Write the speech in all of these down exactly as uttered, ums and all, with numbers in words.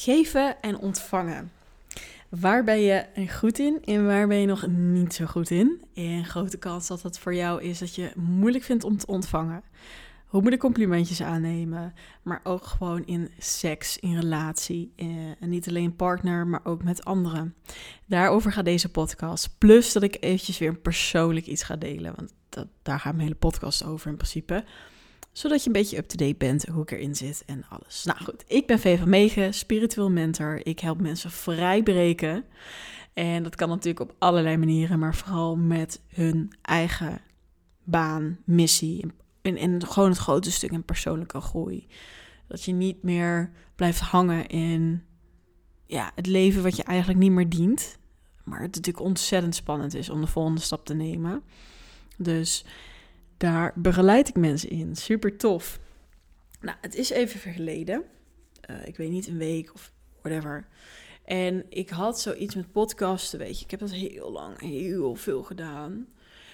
Geven en ontvangen. Waar ben je goed in en waar ben je nog niet zo goed in? En grote kans dat dat voor jou is dat je moeilijk vindt om te ontvangen. Hoe moet ik complimentjes aannemen? Maar ook gewoon in seks, in relatie. En niet alleen partner, maar ook met anderen. Daarover gaat deze podcast. Plus dat ik eventjes weer een persoonlijk iets ga delen. Want dat, daar gaat mijn hele podcast over in principe. Zodat je een beetje up-to-date bent hoe ik erin zit en alles. Nou goed, ik ben Vee van Meegen, spiritueel mentor. Ik help mensen vrijbreken. En dat kan natuurlijk op allerlei manieren, maar vooral met hun eigen baan, missie. En, en gewoon het grote stuk in persoonlijke groei. Dat je niet meer blijft hangen in ja, het leven wat je eigenlijk niet meer dient. Maar het natuurlijk ontzettend spannend is om de volgende stap te nemen. Dus daar begeleid ik mensen in. Super tof. Nou, het is even verleden. Uh, ik weet niet, een week of whatever. En ik had zoiets met podcasten, weet je. Ik heb dat heel lang, heel veel gedaan.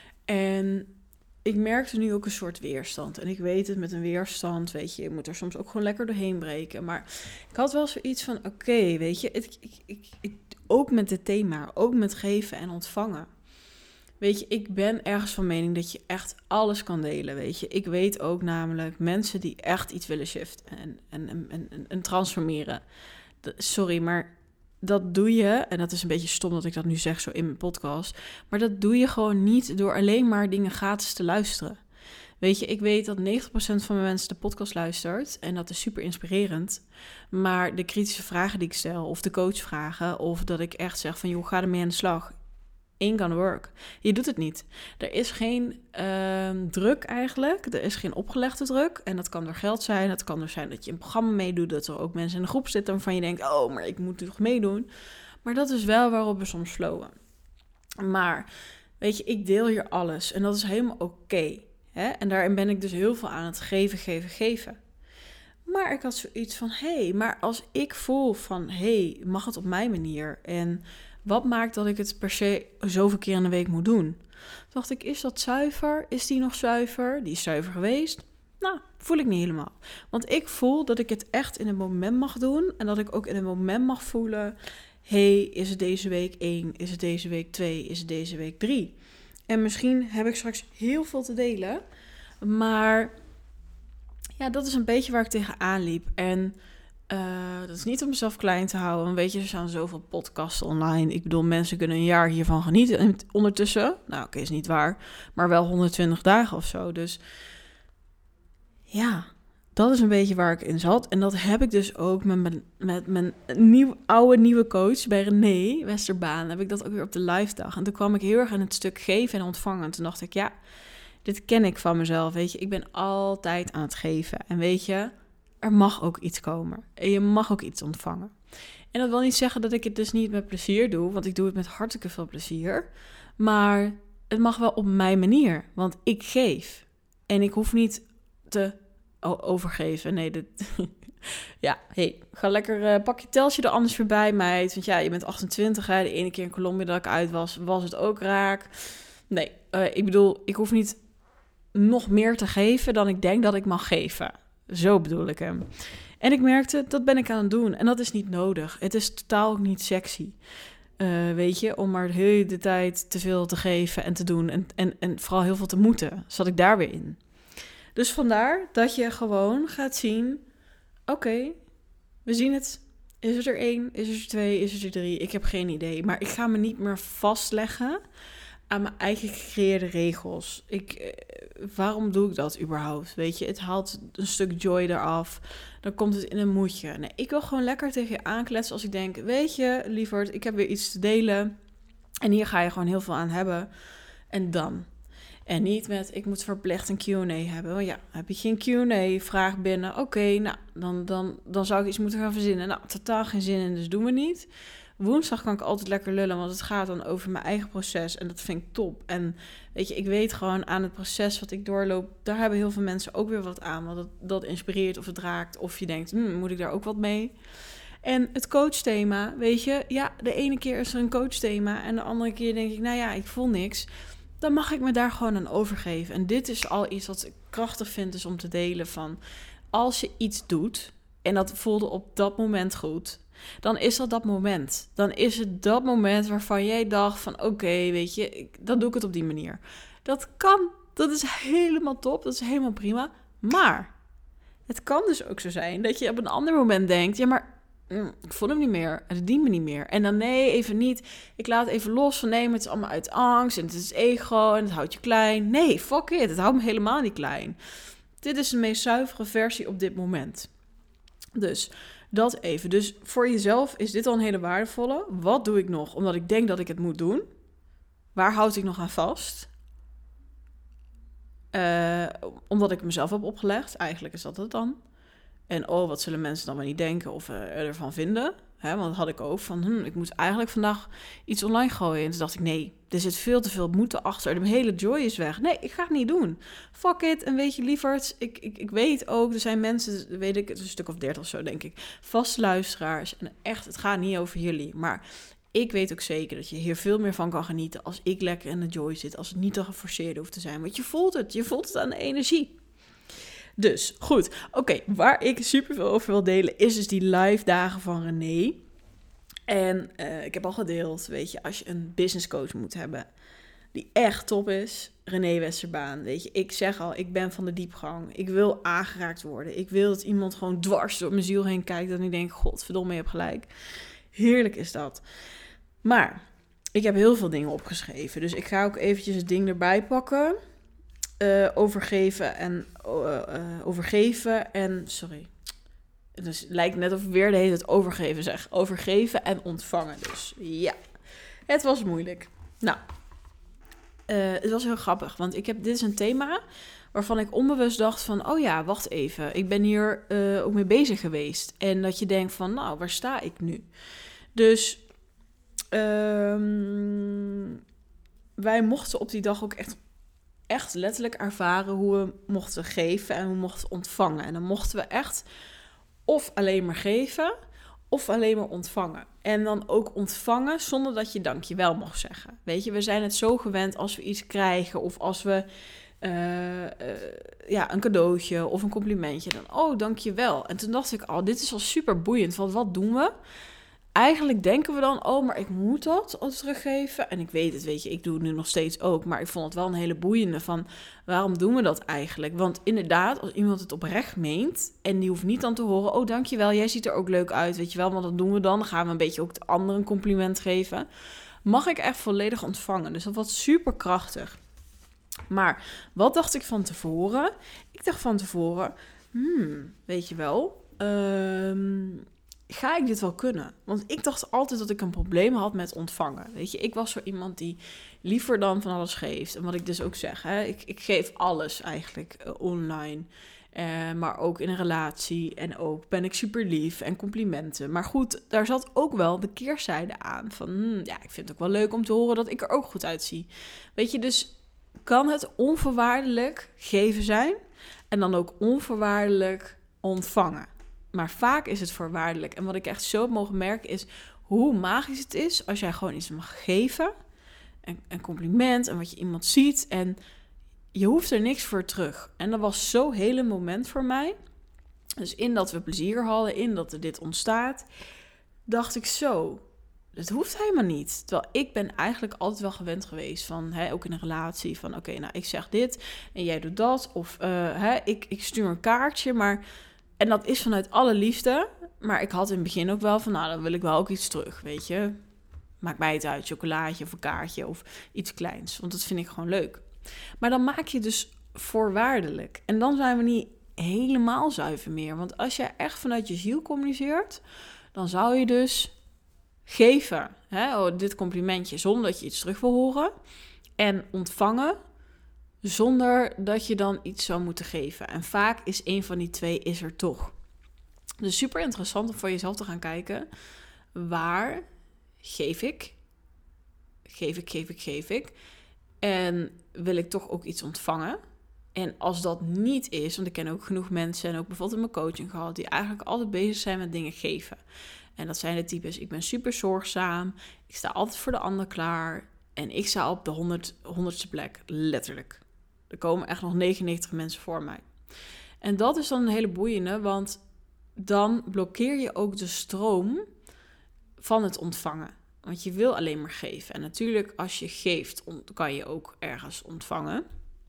En ik merkte nu ook een soort weerstand. En ik weet het, met een weerstand, weet je, je moet er soms ook gewoon lekker doorheen breken. Maar ik had wel zoiets van, oké, okay, weet je, ik, ik, ik, ik, ook met dit thema, ook met geven en ontvangen. Weet je, ik ben ergens van mening dat je echt alles kan delen, weet je. Ik weet ook namelijk mensen die echt iets willen shiften en, en, en, en, en transformeren. Sorry, maar dat doe je, en dat is een beetje stom dat ik dat nu zeg zo in mijn podcast, maar dat doe je gewoon niet door alleen maar dingen gratis te luisteren. Weet je, ik weet dat negentig procent van mijn mensen de podcast luistert en dat is super inspirerend. Maar de kritische vragen die ik stel, of de coachvragen, of dat ik echt zeg van, joh, ga ermee aan de slag, ain't gonna work. Je doet het niet. Er is geen uh, druk eigenlijk. Er is geen opgelegde druk. En dat kan door geld zijn. Dat kan er zijn dat je een programma meedoet. Dat er ook mensen in de groep zitten waarvan je denkt, oh, maar ik moet toch meedoen. Maar dat is wel waarop we soms flowen. Maar, weet je, ik deel hier alles. En dat is helemaal oké. Okay, en daarin ben ik dus heel veel aan het geven, geven, geven. Maar ik had zoiets van, hé, hey, maar als ik voel van, hé, hey, mag het op mijn manier? En wat maakt dat ik het per se zoveel keer in de week moet doen? Toen dacht ik, is dat zuiver? Is die nog zuiver? Die is zuiver geweest? Nou, voel ik niet helemaal. Want ik voel dat ik het echt in het moment mag doen. En dat ik ook in het moment mag voelen, hey, is het deze week één? Is het deze week twee? Is het deze week drie? En misschien heb ik straks heel veel te delen. Maar ja, dat is een beetje waar ik tegenaan liep. En Uh, dat is niet om mezelf klein te houden. Want weet je, er staan zoveel podcasts online. Ik bedoel, mensen kunnen een jaar hiervan genieten. En ondertussen, nou oké, okay, is niet waar. Maar wel honderdtwintig dagen of zo. Dus ja, dat is een beetje waar ik in zat. En dat heb ik dus ook met mijn, met mijn nieuw, oude nieuwe coach bij René Westerbaan. Heb ik dat ook weer op de live dag. En toen kwam ik heel erg in het stuk geven en ontvangen. En toen dacht ik, ja, dit ken ik van mezelf. Weet je, ik ben altijd aan het geven. En weet je, er mag ook iets komen. En je mag ook iets ontvangen. En dat wil niet zeggen dat ik het dus niet met plezier doe. Want ik doe het met hartstikke veel plezier. Maar het mag wel op mijn manier. Want ik geef. En ik hoef niet te overgeven. Nee, dit... ja, hey, ga lekker, uh, pak je teltje er anders voorbij, meid. Want ja, je bent achtentwintig, hè. De ene keer in Colombia dat ik uit was, was het ook raak. Nee, uh, ik bedoel, ik hoef niet nog meer te geven dan ik denk dat ik mag geven. Zo bedoel ik hem. En ik merkte, dat ben ik aan het doen. En dat is niet nodig. Het is totaal ook niet sexy. Uh, weet je, om maar de hele tijd te veel te geven en te doen. En, en, en vooral heel veel te moeten. Zat ik daar weer in. Dus vandaar dat je gewoon gaat zien, oké, okay, we zien het. Is het er één? Is het er twee? Is het er drie? Ik heb geen idee. Maar ik ga me niet meer vastleggen aan mijn eigen gecreëerde regels. Ik, waarom doe ik dat überhaupt? Weet je, het haalt een stuk joy eraf. Dan komt het in een moedje. Nee, ik wil gewoon lekker tegen je aankletsen als ik denk, weet je, lieverd, ik heb weer iets te delen. En hier ga je gewoon heel veel aan hebben. En dan. En niet met, ik moet verplicht een Q en A hebben. Want ja, heb je geen Q en A, vraag binnen. Oké, okay, nou, dan, dan, dan zou ik iets moeten gaan verzinnen. Nou, totaal geen zin in, dus doen we niet. Woensdag kan ik altijd lekker lullen, want het gaat dan over mijn eigen proces. En dat vind ik top. En weet je, ik weet gewoon aan het proces wat ik doorloop, daar hebben heel veel mensen ook weer wat aan. Want dat, dat inspireert of het raakt. Of je denkt, hm, moet ik daar ook wat mee? En het coachthema, weet je, ja, de ene keer is er een coachthema. En de andere keer denk ik, nou ja, ik voel niks. Dan mag ik me daar gewoon aan overgeven. En dit is al iets wat ik krachtig vind, is om te delen van, als je iets doet en dat voelde op dat moment goed, dan is dat dat moment. Dan is het dat moment waarvan jij dacht van oké, okay, weet je, ik, dan doe ik het op die manier. Dat kan, dat is helemaal top, dat is helemaal prima. Maar het kan dus ook zo zijn dat je op een ander moment denkt, ja maar mm, ik voel hem niet meer, het dient me niet meer. En dan nee, even niet, ik laat even los van nee, maar het is allemaal uit angst en het is ego en het houdt je klein. Nee, fuck it, het houdt me helemaal niet klein. Dit is de meest zuivere versie op dit moment. Dus dat even. Dus voor jezelf is dit al een hele waardevolle. Wat doe ik nog? Omdat ik denk dat ik het moet doen. Waar houd ik nog aan vast? Uh, omdat ik mezelf heb opgelegd. Eigenlijk is dat het dan. En oh, wat zullen mensen dan maar niet denken of uh, ervan vinden? Hè, want dat had ik ook van, hm, ik moet eigenlijk vandaag iets online gooien. En toen dacht ik, nee, er zit veel te veel moeten achter. De hele joy is weg. Nee, ik ga het niet doen. Fuck it. En weet je, lieverd, ik, ik, ik weet ook, er zijn mensen, weet ik, het is een stuk of dertig of zo, denk ik, vaste luisteraars. En echt, het gaat niet over jullie. Maar ik weet ook zeker dat je hier veel meer van kan genieten als ik lekker in de joy zit. Als het niet te geforceerd hoeft te zijn. Want je voelt het. Je voelt het aan de energie. Dus, goed. Oké, okay, waar ik super veel over wil delen is dus die live dagen van René. En uh, ik heb al gedeeld, weet je, als je een business coach moet hebben die echt top is, René Westerbaan. Weet je, ik zeg al, ik ben van de diepgang. Ik wil aangeraakt worden. Ik wil dat iemand gewoon dwars door mijn ziel heen kijkt en ik denk, godverdomme, je hebt gelijk. Heerlijk is dat. Maar ik heb heel veel dingen opgeschreven, dus ik ga ook eventjes het ding erbij pakken. Uh, overgeven en uh, uh, overgeven en sorry. Dus het lijkt net of ik weer de hele tijd overgeven zeg. Overgeven en ontvangen. Dus ja, het was moeilijk. Nou, uh, het was heel grappig, want ik heb dit is een thema waarvan ik onbewust dacht van, oh ja, wacht even, ik ben hier uh, ook mee bezig geweest. En dat je denkt van, nou, waar sta ik nu? Dus um, wij mochten op die dag ook echt echt letterlijk ervaren hoe we mochten geven en hoe we mochten ontvangen. En dan mochten we echt of alleen maar geven of alleen maar ontvangen. En dan ook ontvangen zonder dat je dankjewel mocht zeggen. Weet je, we zijn het zo gewend als we iets krijgen of als we uh, uh, ja, een cadeautje of een complimentje. Dan, oh, dankjewel. En toen dacht ik, oh, dit is al super boeiend, want wat doen we? Eigenlijk denken we dan, oh, maar ik moet dat al teruggeven. En ik weet het, weet je, ik doe het nu nog steeds ook. Maar ik vond het wel een hele boeiende van, waarom doen we dat eigenlijk? Want inderdaad, als iemand het oprecht meent en die hoeft niet dan te horen, oh, dankjewel, jij ziet er ook leuk uit, weet je wel. Want dat doen we dan, dan gaan we een beetje ook de ander een compliment geven. Mag ik echt volledig ontvangen. Dus dat was super krachtig. Maar wat dacht ik van tevoren? Ik dacht van tevoren, hmm, weet je wel, um, ga ik dit wel kunnen? Want ik dacht altijd dat ik een probleem had met ontvangen. Weet je, ik was zo iemand die liever dan van alles geeft. En wat ik dus ook zeg, hè, ik, ik geef alles eigenlijk uh, online. Uh, maar ook in een relatie. En ook ben ik super lief en complimenten. Maar goed, daar zat ook wel de keerzijde aan. Van, hmm, ja, ik vind het ook wel leuk om te horen dat ik er ook goed uitzie. Weet je, dus kan het onvoorwaardelijk geven zijn. En dan ook onvoorwaardelijk ontvangen. Maar vaak is het voorwaardelijk. En wat ik echt zo heb mogen merken is hoe magisch het is als jij gewoon iets mag geven. Een, een compliment en wat je iemand ziet. En je hoeft er niks voor terug. En dat was zo'n hele moment voor mij. Dus in dat we plezier hadden, in dat er dit ontstaat, dacht ik zo, het hoeft helemaal niet. Terwijl ik ben eigenlijk altijd wel gewend geweest van, hè, ook in een relatie, van oké, okay, nou ik zeg dit en jij doet dat. Of uh, hè, ik, ik stuur een kaartje, maar... En dat is vanuit alle liefde. Maar ik had in het begin ook wel van, nou, dan wil ik wel ook iets terug, weet je. Maakt mij het uit, chocolaatje of een kaartje of iets kleins. Want dat vind ik gewoon leuk. Maar dan maak je dus voorwaardelijk. En dan zijn we niet helemaal zuiver meer. Want als jij echt vanuit je ziel communiceert, dan zou je dus geven, hè, oh, dit complimentje, zonder dat je iets terug wil horen. En ontvangen, zonder dat je dan iets zou moeten geven. En vaak is een van die twee is er toch. Dus super interessant om voor jezelf te gaan kijken. Waar geef ik? Geef ik, geef ik, geef ik. En wil ik toch ook iets ontvangen? En als dat niet is, want ik ken ook genoeg mensen... en ook bijvoorbeeld in mijn coaching gehad... die eigenlijk altijd bezig zijn met dingen geven. En dat zijn de types, ik ben super zorgzaam... ik sta altijd voor de ander klaar... en ik sta op de honderd, honderdste plek, letterlijk. Er komen echt nog negenennegentig mensen voor mij. En dat is dan een hele boeiende, want dan blokkeer je ook de stroom van het ontvangen. Want je wil alleen maar geven. En natuurlijk, als je geeft, kan je ook ergens ontvangen.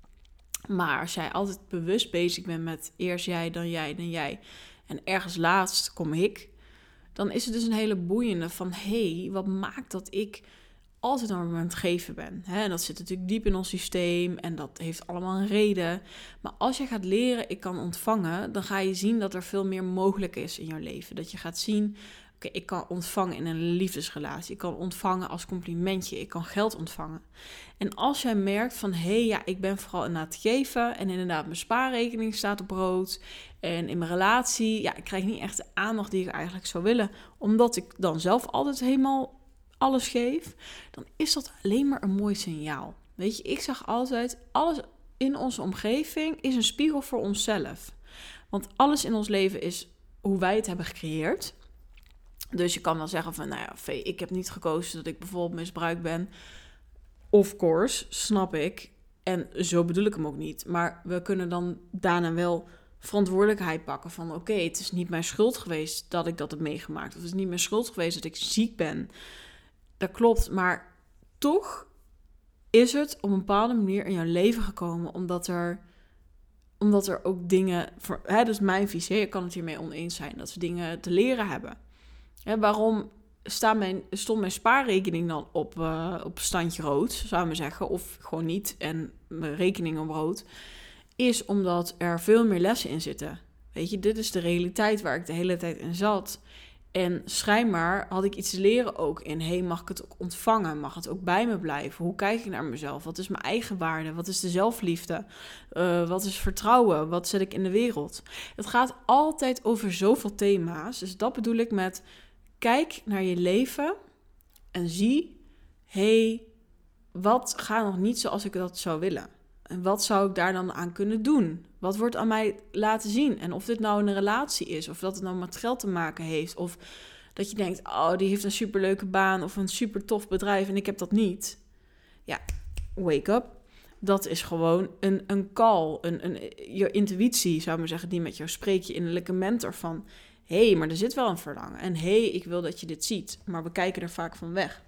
Maar als jij altijd bewust bezig bent met eerst jij, dan jij, dan jij... en ergens laatst kom ik... dan is het dus een hele boeiende van... hé, hey, wat maakt dat ik altijd aan het geven ben? Hè? En dat zit natuurlijk diep in ons systeem... en dat heeft allemaal een reden. Maar als je gaat leren, ik kan ontvangen... dan ga je zien dat er veel meer mogelijk is in jouw leven. Dat je gaat zien... Oké, okay, ik kan ontvangen in een liefdesrelatie. Ik kan ontvangen als complimentje. Ik kan geld ontvangen. En als jij merkt van... hé, hey, ja, ik ben vooral inderdaad geven... en inderdaad mijn spaarrekening staat op rood... en in mijn relatie... ja, ik krijg niet echt de aandacht die ik eigenlijk zou willen... omdat ik dan zelf altijd helemaal alles geef... dan is dat alleen maar een mooi signaal. Weet je, ik zeg altijd... alles in onze omgeving is een spiegel voor onszelf. Want alles in ons leven is hoe wij het hebben gecreëerd... Dus je kan wel zeggen van, nou ja, Vee, ik heb niet gekozen dat ik bijvoorbeeld misbruikt ben. Of course, snap ik. En zo bedoel ik hem ook niet. Maar we kunnen dan daarna wel verantwoordelijkheid pakken van... oké, okay, het is niet mijn schuld geweest dat ik dat heb meegemaakt. Of het is niet mijn schuld geweest dat ik ziek ben. Dat klopt, maar toch is het op een bepaalde manier in jouw leven gekomen... omdat er, omdat er ook dingen... Voor, hè, dat is mijn visie, je kan het hiermee oneens zijn... dat ze dingen te leren hebben... Ja, waarom staat mijn, stond mijn spaarrekening dan op, uh, op standje rood, zou ik maar zeggen, of gewoon niet en mijn rekening op rood, is omdat er veel meer lessen in zitten. Weet je, dit is de realiteit waar ik de hele tijd in zat. En schijnbaar had ik iets te leren ook in, hey, mag ik het ook ontvangen? Mag het ook bij me blijven? Hoe kijk ik naar mezelf? Wat is mijn eigen waarde? Wat is de zelfliefde? Uh, wat is vertrouwen? Wat zet ik in de wereld? Het gaat altijd over zoveel thema's, dus dat bedoel ik met... Kijk naar je leven en zie, hé, hey, wat gaat nog niet zoals ik dat zou willen? En wat zou ik daar dan aan kunnen doen? Wat wordt aan mij laten zien? En of dit nou een relatie is, of dat het nou met geld te maken heeft, of dat je denkt, oh, die heeft een superleuke baan of een super tof bedrijf en ik heb dat niet. Ja, wake up. Dat is gewoon een, een call, een, een, je intuïtie, zou ik maar zeggen, die met jou spreekt, je innerlijke mentor van... hé, hey, maar er zit wel een verlangen. En hé, hey, ik wil dat je dit ziet. Maar we kijken er vaak van weg.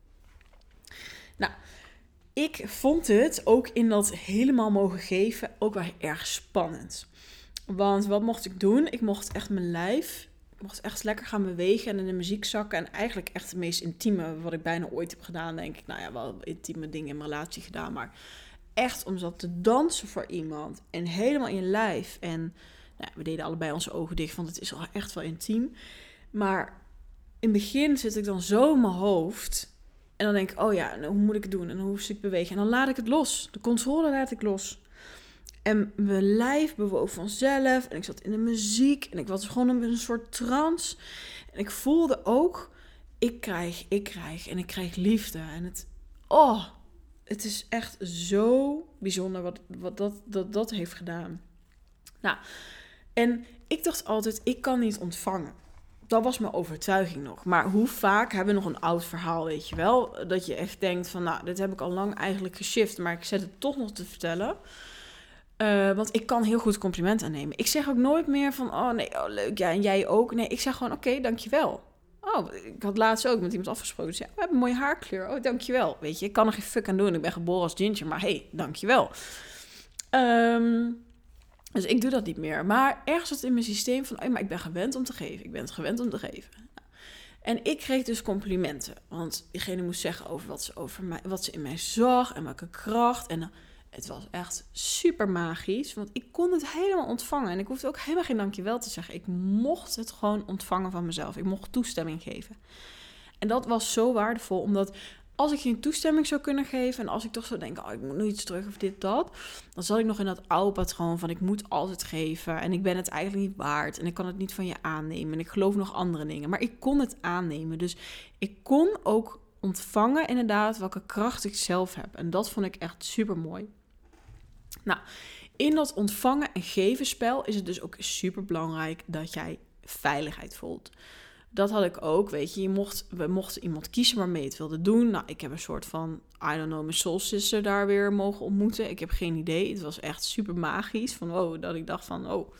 Nou, ik vond het ook in dat helemaal mogen geven ook wel erg spannend. Want wat mocht ik doen? Ik mocht echt mijn lijf, ik mocht echt lekker gaan bewegen en in de muziek zakken. En eigenlijk echt het meest intieme wat ik bijna ooit heb gedaan, denk ik. Nou ja, wel intieme dingen in mijn relatie gedaan. Maar echt om zo te dansen voor iemand. En helemaal in je lijf. En... Nou, we deden allebei onze ogen dicht, want het is al echt wel intiem. Maar in het begin zit ik dan zo in mijn hoofd. En dan denk ik, oh ja, hoe moet ik het doen? En hoe moet ik bewegen? En dan laat ik het los. De controle laat ik los. En mijn lijf bewoog vanzelf. En ik zat in de muziek. En ik was gewoon in een soort trance. En ik voelde ook, ik krijg, ik krijg. En ik krijg liefde. En het, oh, het is echt zo bijzonder wat, wat dat, dat, dat heeft gedaan. Nou, en ik dacht altijd, ik kan niet ontvangen. Dat was mijn overtuiging nog. Maar hoe vaak hebben we nog een oud verhaal, weet je wel? Dat je echt denkt van, nou, dit heb ik al lang eigenlijk geshift. Maar ik zet het toch nog te vertellen. Uh, want ik kan heel goed complimenten aannemen. Ik zeg ook nooit meer van, oh nee, oh, leuk, ja, en jij ook. Nee, ik zeg gewoon, oké, okay, dankjewel. Oh, ik had laatst ook met iemand afgesproken. Ze zei, we hebben een mooie haarkleur. Oh, dankjewel. Weet je, ik kan er geen fuck aan doen. Ik ben geboren als ginger, maar hey, dankjewel. Um, dus ik doe dat niet meer. Maar ergens zat in mijn systeem van, oh, maar ik ben gewend om te geven. Ik ben gewend om te geven. Nou, en ik kreeg dus complimenten. Want diegene moest zeggen over wat ze, over mij, wat ze in mij zag en welke kracht. En uh, het was echt super magisch. Want ik kon het helemaal ontvangen. En ik hoefde ook helemaal geen dankjewel te zeggen. Ik mocht het gewoon ontvangen van mezelf. Ik mocht toestemming geven. En dat was zo waardevol. Omdat als ik geen toestemming zou kunnen geven... en als ik toch zou denken, oh, ik moet nu iets terug of dit, dat... dan zat ik nog in dat oude patroon van ik moet altijd geven... en ik ben het eigenlijk niet waard... en ik kan het niet van je aannemen... en ik geloof nog andere dingen. Maar ik kon het aannemen. Dus ik kon ook ontvangen inderdaad welke kracht ik zelf heb. En dat vond ik echt super mooi. Nou, in dat ontvangen en geven spel is het dus ook super belangrijk dat jij veiligheid voelt. Dat had ik ook, weet je. je mocht, we mochten iemand kiezen waarmee je het wilde doen. Nou, ik heb een soort van, I don't know, mijn soul sister daar weer mogen ontmoeten. Ik heb geen idee. Het was echt super magisch. Van, oh, dat ik dacht van, oh,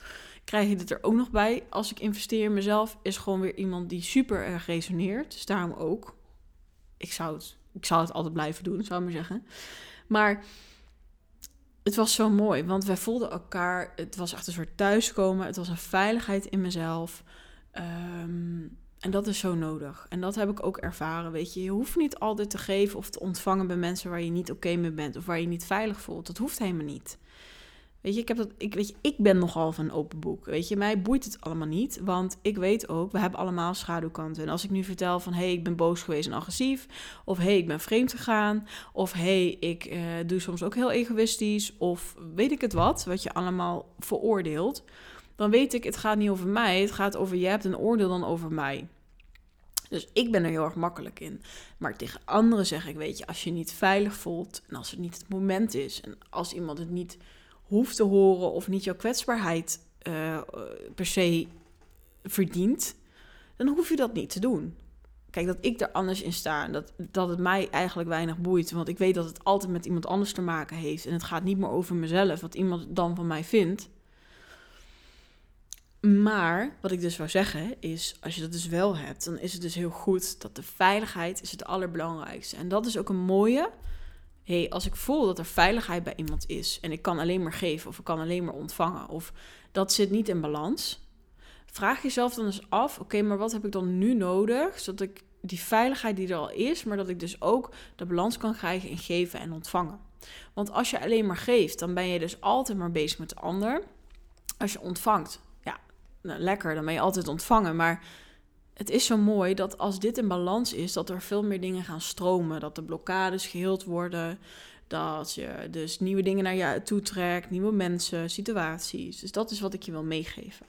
krijg je dit er ook nog bij. Als ik investeer in mezelf, is gewoon weer iemand die super erg resoneert. Dus daarom ook. Ik zou het, ik zou het altijd blijven doen, zou ik maar zeggen. Maar het was zo mooi, want wij voelden elkaar. Het was echt een soort thuiskomen. Het was een veiligheid in mezelf. Um, en dat is zo nodig. En dat heb ik ook ervaren, weet je. Je hoeft niet altijd te geven of te ontvangen bij mensen waar je niet oké mee bent. Of waar je je niet veilig voelt. Dat hoeft helemaal niet. Weet je, ik, heb dat, ik, weet je, ik ben nogal van een open boek. Weet je, mij boeit het allemaal niet. Want ik weet ook, we hebben allemaal schaduwkanten. En als ik nu vertel van, hé, hey, ik ben boos geweest en agressief. Of hé, hey, ik ben vreemd gegaan. Of hé, hey, ik uh, doe soms ook heel egoïstisch. Of weet ik het wat, wat je allemaal veroordeelt. Dan weet ik, het gaat niet over mij. Het gaat over, jij hebt een oordeel dan over mij. Dus ik ben er heel erg makkelijk in. Maar tegen anderen zeg ik, weet je, als je je niet veilig voelt. En als het niet het moment is. En als iemand het niet hoeft te horen of niet jouw kwetsbaarheid uh, per se verdient, dan hoef je dat niet te doen. Kijk, dat ik er anders in sta en dat, dat het mij eigenlijk weinig boeit, want ik weet dat het altijd met iemand anders te maken heeft en het gaat niet meer over mezelf, wat iemand dan van mij vindt. Maar wat ik dus wou zeggen is, als je dat dus wel hebt, dan is het dus heel goed dat de veiligheid is het allerbelangrijkste. En dat is ook een mooie. Hey, als ik voel dat er veiligheid bij iemand is en ik kan alleen maar geven of ik kan alleen maar ontvangen of dat zit niet in balans, vraag jezelf dan eens af, oké, okay, maar wat heb ik dan nu nodig, zodat ik die veiligheid die er al is, maar dat ik dus ook de balans kan krijgen in geven en ontvangen. Want als je alleen maar geeft, dan ben je dus altijd maar bezig met de ander. Als je ontvangt, ja, nou, lekker, dan ben je altijd ontvangen, maar het is zo mooi dat als dit in balans is, dat er veel meer dingen gaan stromen. Dat de blokkades geheeld worden. Dat je dus nieuwe dingen naar je toe trekt. Nieuwe mensen, situaties. Dus dat is wat ik je wil meegeven.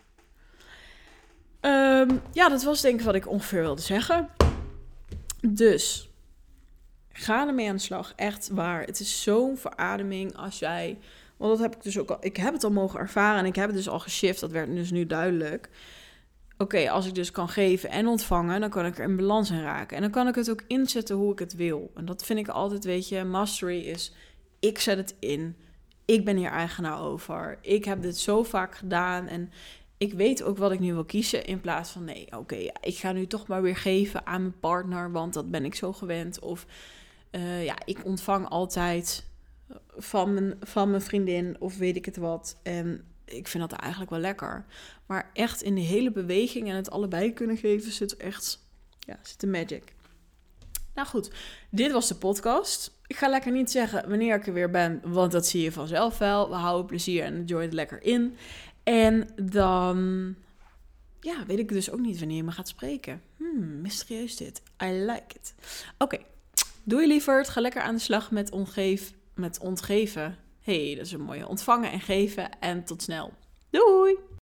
Um, ja, dat was denk ik wat ik ongeveer wilde zeggen. Dus, ga ermee aan de slag. Echt waar. Het is zo'n verademing als jij... Want dat heb ik dus ook al... Ik heb het al mogen ervaren en ik heb het dus al geshift. Dat werd dus nu duidelijk. Oké, okay, als ik dus kan geven en ontvangen, dan kan ik er in balans in raken. En dan kan ik het ook inzetten hoe ik het wil. En dat vind ik altijd, weet je, mastery is, ik zet het in. Ik ben hier eigenaar over. Ik heb dit zo vaak gedaan en ik weet ook wat ik nu wil kiezen. In plaats van, nee, oké, okay, ja, ik ga nu toch maar weer geven aan mijn partner, want dat ben ik zo gewend. Of uh, ja, ik ontvang altijd van mijn, van mijn vriendin of weet ik het wat. En ik vind dat eigenlijk wel lekker. Maar echt in de hele beweging en het allebei kunnen geven zit echt, ja, zit de magic. Nou goed, dit was de podcast. Ik ga lekker niet zeggen wanneer ik er weer ben, want dat zie je vanzelf wel. We houden plezier en enjoy het lekker in. En dan, ja, weet ik dus ook niet wanneer je me gaat spreken. Hmm, mysterieus dit. I like it. Oké, okay. Doei lieverd. Ga lekker aan de slag met, ongeef, met ontgeven. Hey, dat is een mooie. Ontvangen en geven en tot snel. Doei!